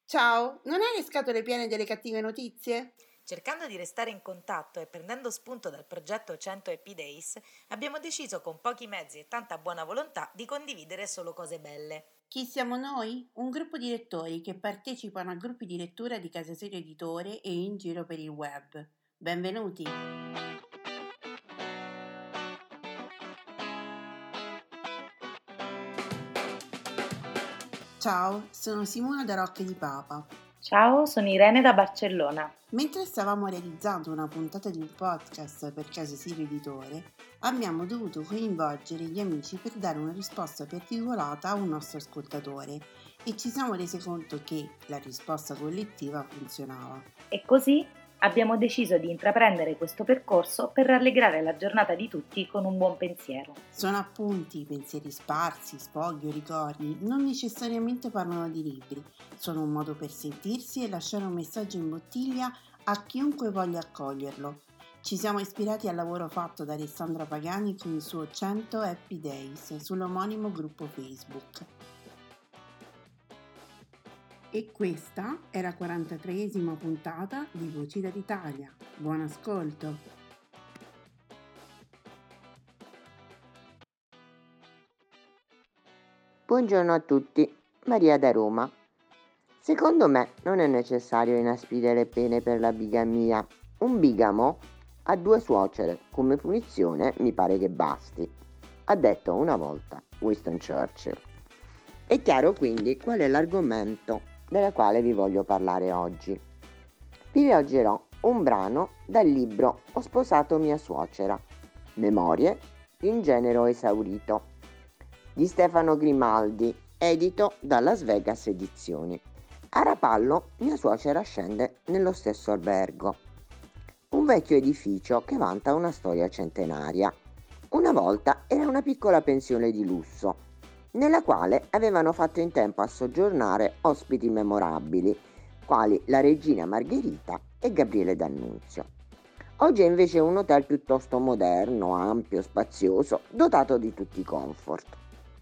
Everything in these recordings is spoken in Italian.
Ciao, non hai le scatole piene delle cattive notizie? Cercando di restare in contatto e prendendo spunto dal progetto 100 Happy Days, abbiamo deciso con pochi mezzi e tanta buona volontà di condividere solo cose belle. Chi siamo noi? Un gruppo di lettori che partecipano a gruppi di lettura di Casa Serio Editore e in giro per il web. Benvenuti! Ciao, sono Simona da Rocche di Papa. Ciao, sono Irene da Barcellona. Mentre stavamo realizzando una puntata di un podcast per Casa Serio Editore, abbiamo dovuto coinvolgere gli amici per dare una risposta particolata a un nostro ascoltatore e ci siamo resi conto che la risposta collettiva funzionava. E così abbiamo deciso di intraprendere questo percorso per rallegrare la giornata di tutti con un buon pensiero. Sono appunti, pensieri sparsi, sfoghi o ricordi, non necessariamente parlano di libri, sono un modo per sentirsi e lasciare un messaggio in bottiglia a chiunque voglia accoglierlo. Ci siamo ispirati al lavoro fatto da Alessandra Pagani con il suo 100 Happy Days sull'omonimo gruppo Facebook. E questa è la 43esima puntata di Voci dall'Italia. Buon ascolto! Buongiorno a tutti, Maria da Roma. Secondo me non è necessario inasprire le pene per la bigamia. Un bigamo ha 2 suocere, come punizione mi pare che basti, ha detto una volta Winston Churchill. È chiaro quindi qual è l'argomento del quale vi voglio parlare oggi. Vi leggerò un brano dal libro Ho sposato mia suocera, Memorie di un genero esaurito, di Stefano Grimaldi, edito da Las Vegas Edizioni. A Rapallo mia suocera scende nello stesso albergo, un vecchio edificio che vanta una storia centenaria. Una volta era una piccola pensione di lusso, nella quale avevano fatto in tempo a soggiornare ospiti memorabili, quali la regina Margherita e Gabriele D'Annunzio. Oggi è invece un hotel piuttosto moderno, ampio, spazioso, dotato di tutti i comfort.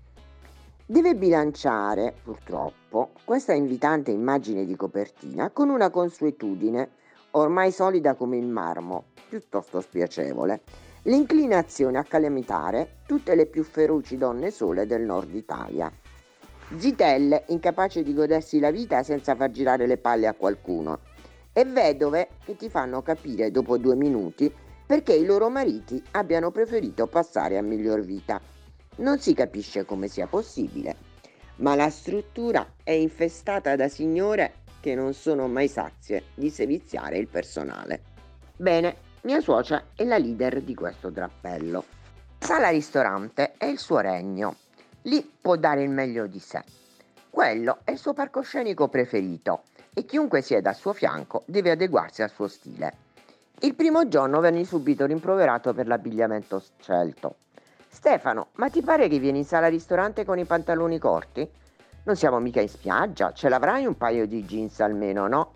Deve bilanciare, purtroppo, questa invitante immagine di copertina con una consuetudine, ormai solida come il marmo, piuttosto spiacevole, l'inclinazione a calamitare tutte le più feroci donne sole del nord Italia. Zitelle, incapaci di godersi la vita senza far girare le palle a qualcuno, e vedove che ti fanno capire dopo 2 minuti perché i loro mariti abbiano preferito passare a miglior vita. Non si capisce come sia possibile, ma la struttura è infestata da signore che non sono mai sazie di seviziare il personale. Bene, mia suocera è la leader di questo drappello. Sala-ristorante è il suo regno. Lì può dare il meglio di sé. Quello è il suo palcoscenico preferito e chiunque sieda al suo fianco deve adeguarsi al suo stile. Il primo giorno venne subito rimproverato per l'abbigliamento scelto. Stefano, ma ti pare che vieni in sala-ristorante con i pantaloni corti? Non siamo mica in spiaggia, ce l'avrai un paio di jeans almeno, no?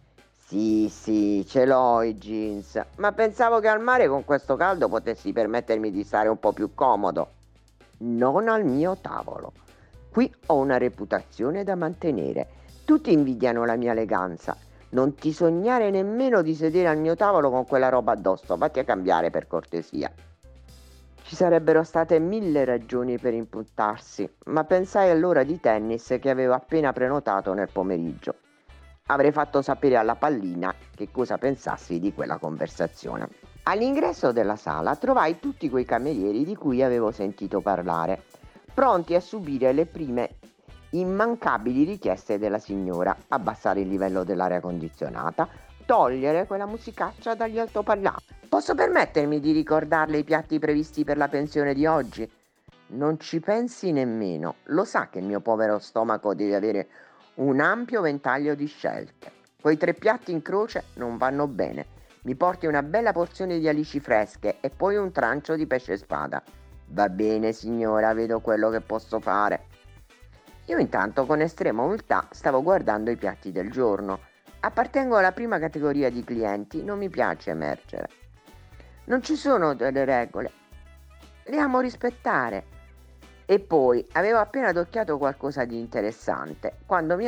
Sì, ce l'ho i jeans, ma pensavo che al mare con questo caldo potessi permettermi di stare un po' più comodo. Non al mio tavolo. Qui ho una reputazione da mantenere. Tutti invidiano la mia eleganza. Non ti sognare nemmeno di sedere al mio tavolo con quella roba addosso, vatti a cambiare per cortesia. Ci sarebbero state 1000 ragioni per impuntarsi, ma pensai all'ora di tennis che avevo appena prenotato nel pomeriggio. Avrei fatto sapere alla pallina che cosa pensassi di quella conversazione. All'ingresso della sala trovai tutti quei camerieri di cui avevo sentito parlare, pronti a subire le prime immancabili richieste della signora: abbassare il livello dell'aria condizionata, togliere quella musicaccia dagli altoparlanti. Posso permettermi di ricordarle i piatti previsti per la pensione di oggi? Non ci pensi nemmeno, lo sa che il mio povero stomaco deve avere un ampio ventaglio di scelte. Quei 3 piatti in croce non vanno bene. Mi porti una bella porzione di alici fresche e poi un trancio di pesce spada. Va bene signora, vedo quello che posso fare. Io intanto con estrema umiltà stavo guardando i piatti del giorno. Appartengo alla prima categoria di clienti, non mi piace emergere. Non ci sono delle regole, le amo rispettare. E poi avevo appena adocchiato qualcosa di interessante quando mia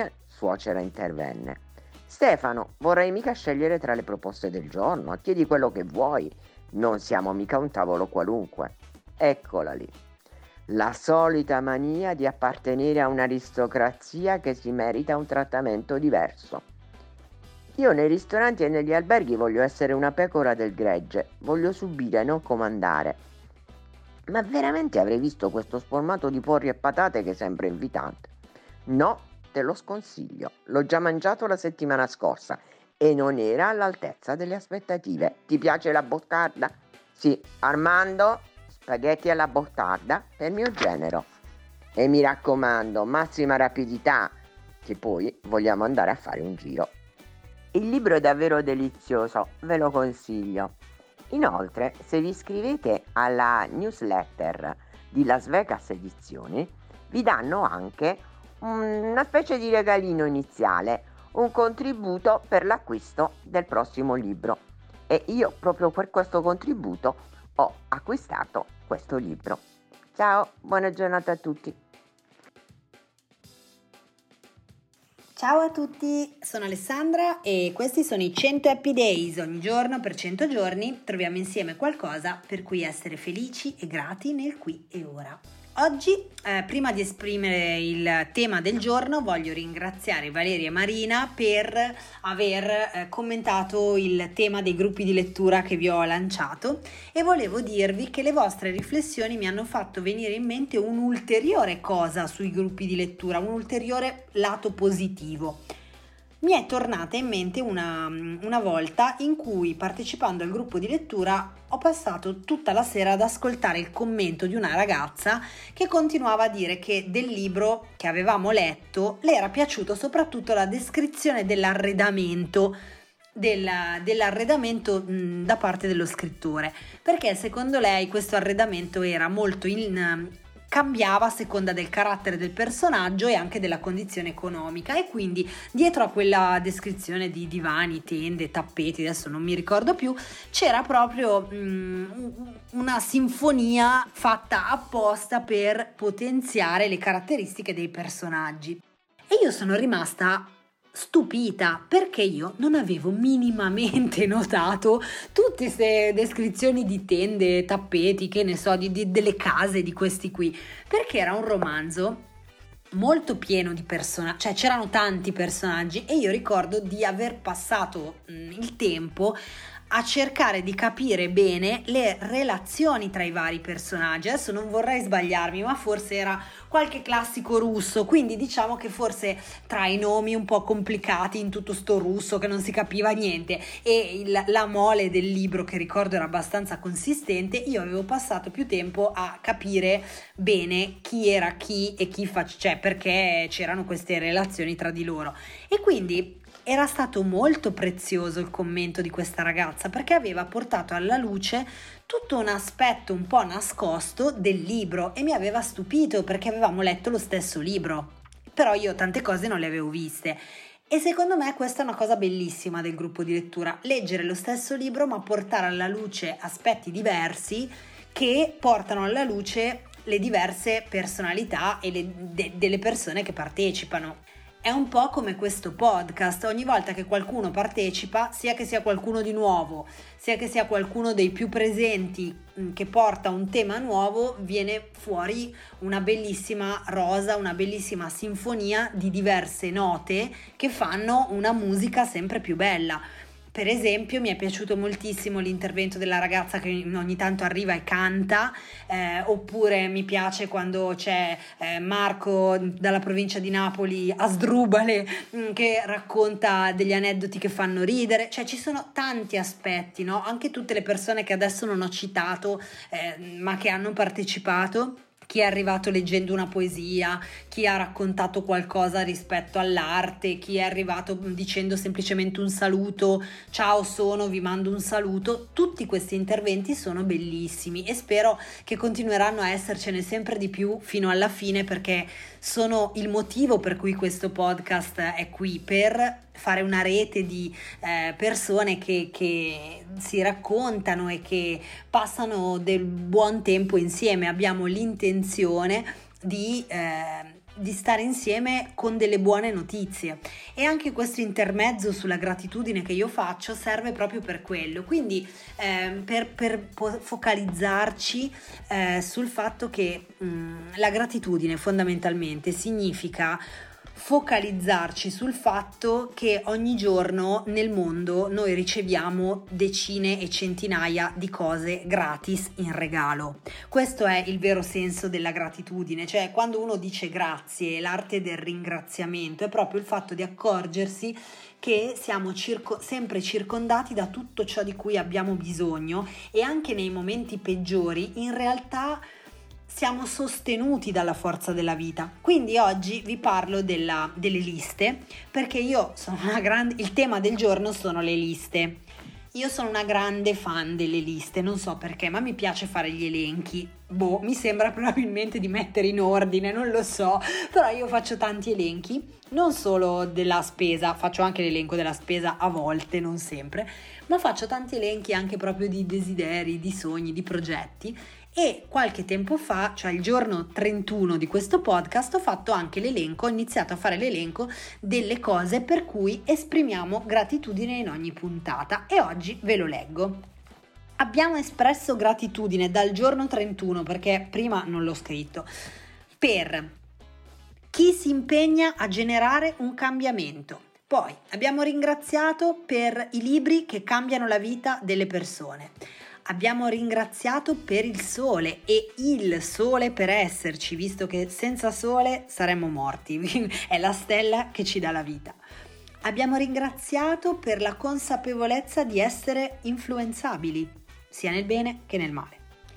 suocera intervenne. Stefano, vorrei mica scegliere tra le proposte del giorno, chiedi quello che vuoi, non siamo mica un tavolo qualunque. Eccola lì. La solita mania di appartenere a un'aristocrazia che si merita un trattamento diverso. Io nei ristoranti e negli alberghi voglio essere una pecora del gregge, voglio subire e non comandare. Ma veramente avrei visto questo sformato di porri e patate che sembra invitante? No, te lo sconsiglio, l'ho già mangiato la settimana scorsa e non era all'altezza delle aspettative. Ti piace la bottarda? Sì, Armando, spaghetti alla bottarda per mio genero. E mi raccomando, massima rapidità, che poi vogliamo andare a fare un giro. Il libro è davvero delizioso, ve lo consiglio. Inoltre, se vi iscrivete alla newsletter di Las Vegas Edizioni, vi danno anche una specie di regalino iniziale, un contributo per l'acquisto del prossimo libro. E io proprio per questo contributo ho acquistato questo libro. Ciao, buona giornata a tutti. Ciao a tutti, sono Alessandra e questi sono i 100 Happy Days. Ogni giorno per 100 giorni troviamo insieme qualcosa per cui essere felici e grati nel qui e ora. Oggi, prima di esprimere il tema del giorno, voglio ringraziare Valeria e Marina per aver commentato il tema dei gruppi di lettura che vi ho lanciato e volevo dirvi che le vostre riflessioni mi hanno fatto venire in mente un'ulteriore cosa sui gruppi di lettura, un ulteriore lato positivo. Mi è tornata in mente una volta in cui, partecipando al gruppo di lettura, ho passato tutta la sera ad ascoltare il commento di una ragazza che continuava a dire che del libro che avevamo letto le era piaciuto soprattutto la descrizione dell'arredamento da parte dello scrittore, perché secondo lei questo arredamento era molto cambiava a seconda del carattere del personaggio e anche della condizione economica, e quindi dietro a quella descrizione di divani, tende, tappeti, adesso non mi ricordo più, c'era proprio una sinfonia fatta apposta per potenziare le caratteristiche dei personaggi. E io sono rimasta stupita perché io non avevo minimamente notato tutte queste descrizioni di tende, tappeti, che ne so, delle case di questi qui, perché era un romanzo molto pieno di personaggi, cioè c'erano tanti personaggi e io ricordo di aver passato il tempo a cercare di capire bene le relazioni tra i vari personaggi. Adesso non vorrei sbagliarmi, ma forse era qualche classico russo, quindi diciamo che forse tra i nomi un po' complicati in tutto sto russo che non si capiva niente e la mole del libro, che ricordo era abbastanza consistente, io avevo passato più tempo a capire bene chi era chi e cioè perché c'erano queste relazioni tra di loro. E quindi era stato molto prezioso il commento di questa ragazza, perché aveva portato alla luce tutto un aspetto un po' nascosto del libro e mi aveva stupito perché avevamo letto lo stesso libro, però io tante cose non le avevo viste. E secondo me questa è una cosa bellissima del gruppo di lettura, leggere lo stesso libro ma portare alla luce aspetti diversi che portano alla luce le diverse personalità e delle persone che partecipano. È un po' come questo podcast, ogni volta che qualcuno partecipa, sia che sia qualcuno di nuovo, sia che sia qualcuno dei più presenti che porta un tema nuovo, viene fuori una bellissima rosa, una bellissima sinfonia di diverse note che fanno una musica sempre più bella. Per esempio mi è piaciuto moltissimo l'intervento della ragazza che ogni tanto arriva e canta, oppure mi piace quando c'è Marco dalla provincia di Napoli, Asdrubale, che racconta degli aneddoti che fanno ridere. Cioè ci sono tanti aspetti, no? Anche tutte le persone che adesso non ho citato ma che hanno partecipato. Chi è arrivato leggendo una poesia, chi ha raccontato qualcosa rispetto all'arte, chi è arrivato dicendo semplicemente un saluto, ciao vi mando un saluto. Tutti questi interventi sono bellissimi e spero che continueranno a essercene sempre di più fino alla fine, perché sono il motivo per cui questo podcast è qui, per fare una rete di persone che si raccontano e che passano del buon tempo insieme. Abbiamo l'intenzione di di stare insieme con delle buone notizie, e anche questo intermezzo sulla gratitudine che io faccio serve proprio per quello, quindi per focalizzarci sul fatto che la gratitudine fondamentalmente significa focalizzarci sul fatto che ogni giorno nel mondo noi riceviamo decine e centinaia di cose gratis in regalo. Questo è il vero senso della gratitudine, cioè quando uno dice grazie, l'arte del ringraziamento è proprio il fatto di accorgersi che siamo sempre circondati da tutto ciò di cui abbiamo bisogno, e anche nei momenti peggiori in realtà siamo sostenuti dalla forza della vita. Quindi oggi vi parlo delle liste, perché io sono il tema del giorno sono le liste. Io sono una grande fan delle liste, non so perché, ma mi piace fare gli elenchi. Mi sembra probabilmente di mettere in ordine, non lo so, però io faccio tanti elenchi, non solo della spesa, faccio anche l'elenco della spesa a volte, non sempre, ma faccio tanti elenchi anche proprio di desideri, di sogni, di progetti. E qualche tempo fa, cioè il giorno 31 di questo podcast, ho iniziato a fare l'elenco delle cose per cui esprimiamo gratitudine in ogni puntata, e oggi ve lo leggo. Abbiamo espresso gratitudine dal giorno 31, perché prima non l'ho scritto, per chi si impegna a generare un cambiamento. Poi abbiamo ringraziato per i libri che cambiano la vita delle persone. Abbiamo ringraziato per il sole e il sole per esserci, visto che senza sole saremmo morti, è la stella che ci dà la vita. Abbiamo ringraziato per la consapevolezza di essere influenzabili, sia nel bene che nel male.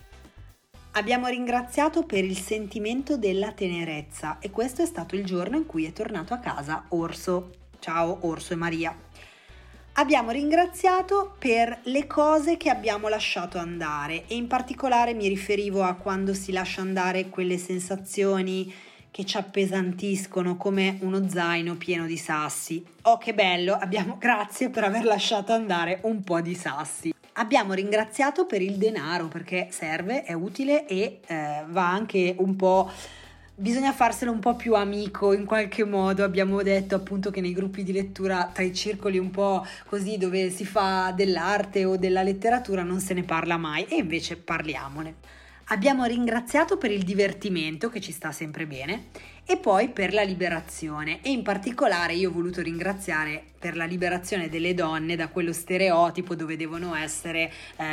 Abbiamo ringraziato per il sentimento della tenerezza, e questo è stato il giorno in cui è tornato a casa Orso. Ciao Orso e Maria. Abbiamo ringraziato per le cose che abbiamo lasciato andare, e in particolare mi riferivo a quando si lascia andare quelle sensazioni che ci appesantiscono come uno zaino pieno di sassi. Oh, che bello! Grazie per aver lasciato andare un po' di sassi. Abbiamo ringraziato per il denaro, perché serve, è utile e va anche un po'... Bisogna farselo un po' più amico in qualche modo. Abbiamo detto appunto che nei gruppi di lettura, tra i circoli un po' così dove si fa dell'arte o della letteratura, non se ne parla mai, e invece parliamone. Abbiamo ringraziato per il divertimento, che ci sta sempre bene, e poi per la liberazione, e in particolare io ho voluto ringraziare per la liberazione delle donne da quello stereotipo dove devono essere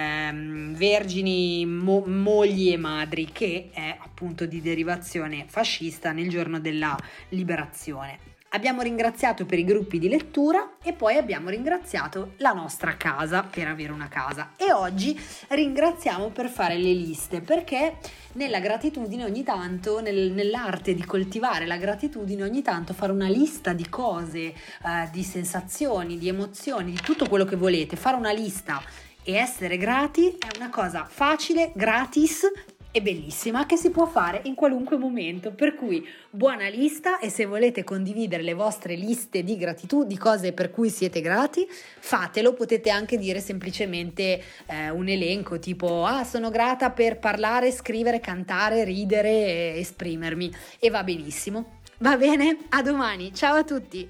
vergini, mogli e madri, che è appunto di derivazione fascista nel giorno della liberazione. Abbiamo ringraziato per i gruppi di lettura, e poi abbiamo ringraziato la nostra casa per avere una casa, e oggi ringraziamo per fare le liste, perché nella gratitudine ogni tanto, nell'arte di coltivare la gratitudine, ogni tanto fare una lista di cose, di sensazioni, di emozioni, di tutto quello che volete, fare una lista e essere grati è una cosa facile, gratis e bellissima, che si può fare in qualunque momento, per cui buona lista. E se volete condividere le vostre liste di gratitudine, di cose per cui siete grati, fatelo. Potete anche dire semplicemente un elenco tipo sono grata per parlare, scrivere, cantare, ridere e esprimermi, e va benissimo. Va bene? A domani, ciao a tutti.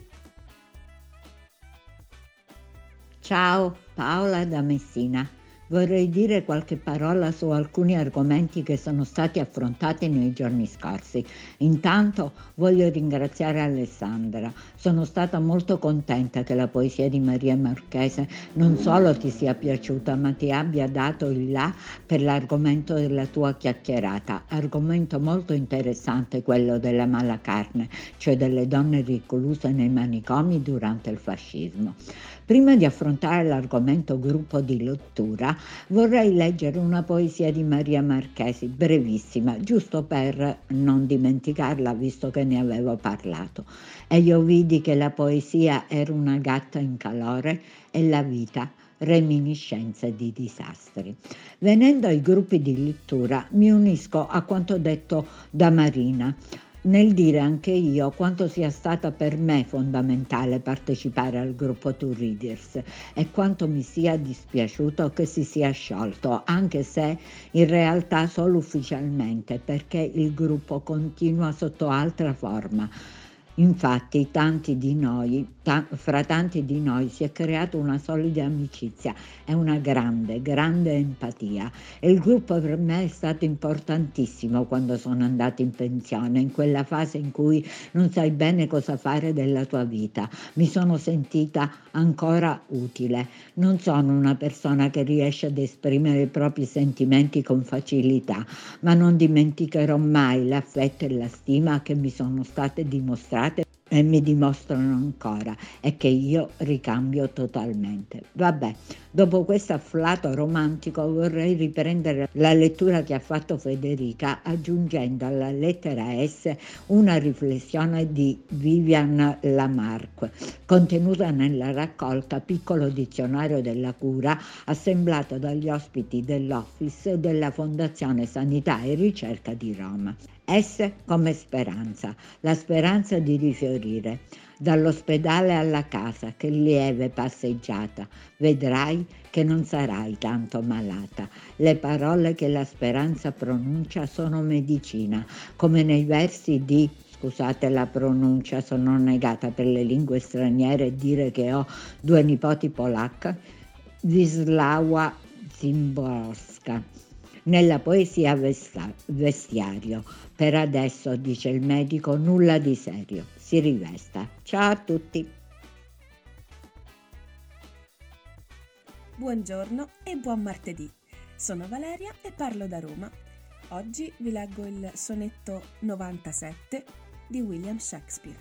Ciao, Paola da Messina. Vorrei dire qualche parola su alcuni argomenti che sono stati affrontati nei giorni scorsi. Intanto voglio ringraziare Alessandra. Sono stata molto contenta che la poesia di Maria Marchese non solo ti sia piaciuta, ma ti abbia dato il là per l'argomento della tua chiacchierata. Argomento molto interessante, quello della mala carne, cioè delle donne recluse nei manicomi durante il fascismo. Prima di affrontare l'argomento gruppo di lettura, vorrei leggere una poesia di Maria Marchesi, brevissima, giusto per non dimenticarla, visto che ne avevo parlato. E io vidi che la poesia era una gatta in calore e la vita reminiscenze di disastri. Venendo ai gruppi di lettura, mi unisco a quanto detto da Marina. nel dire anche io quanto sia stata per me fondamentale partecipare al gruppo Two Readers e quanto mi sia dispiaciuto che si sia sciolto, anche se in realtà solo ufficialmente, perché il gruppo continua sotto altra forma. Infatti fra tanti di noi si è creata una solida amicizia e una grande empatia. E il gruppo per me è stato importantissimo quando sono andata in pensione, in quella fase in cui non sai bene cosa fare della tua vita. Mi sono sentita ancora utile. Non sono una persona che riesce ad esprimere i propri sentimenti con facilità, ma non dimenticherò mai l'affetto e la stima che mi sono state dimostrate e mi dimostrano ancora e che io ricambio totalmente. Vabbè, dopo questo afflato romantico vorrei riprendere la lettura che ha fatto Federica aggiungendo alla lettera S una riflessione di Vivian Lamarck contenuta nella raccolta Piccolo dizionario della cura assemblato dagli ospiti dell'Office della Fondazione Sanità e Ricerca di Roma. S come speranza, la speranza di rifiorire. Dall'ospedale alla casa, che lieve passeggiata, vedrai che non sarai tanto malata. Le parole che la speranza pronuncia sono medicina, come nei versi di, scusate la pronuncia, sono negata per le lingue straniere e dire che ho 2 nipoti polacche, Wisława Szymborska. Nella poesia Vestiario. Per adesso, dice il medico, nulla di serio. Si rivesta. Ciao a tutti. Buongiorno e buon martedì. Sono Valeria e parlo da Roma. Oggi vi leggo il sonetto 97 di William Shakespeare.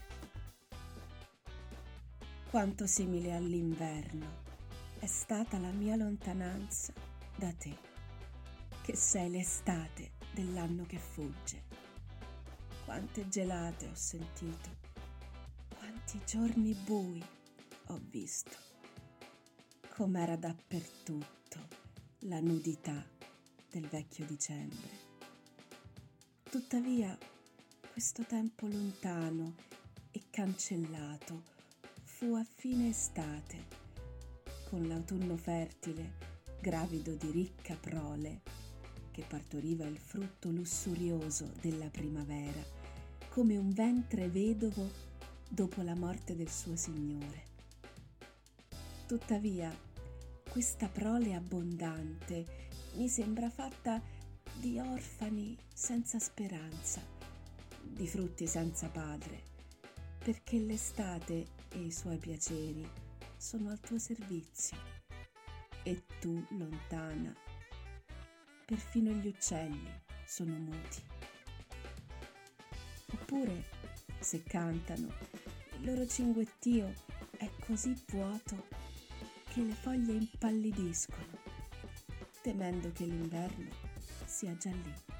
Quanto simile all'inverno è stata la mia lontananza da te, che sei l'estate dell'anno che fugge. Quante gelate ho sentito, quanti giorni bui ho visto. Com'era dappertutto la nudità del vecchio dicembre. Tuttavia, questo tempo lontano e cancellato fu a fine estate, con l'autunno fertile, gravido di ricca prole, che partoriva il frutto lussurioso della primavera, come un ventre vedovo dopo la morte del suo signore. Tuttavia, questa prole abbondante mi sembra fatta di orfani senza speranza, di frutti senza padre, perché l'estate e i suoi piaceri sono al tuo servizio, e tu, lontana, perfino gli uccelli sono muti. Oppure, se cantano, il loro cinguettio è così vuoto che le foglie impallidiscono, temendo che l'inverno sia già lì.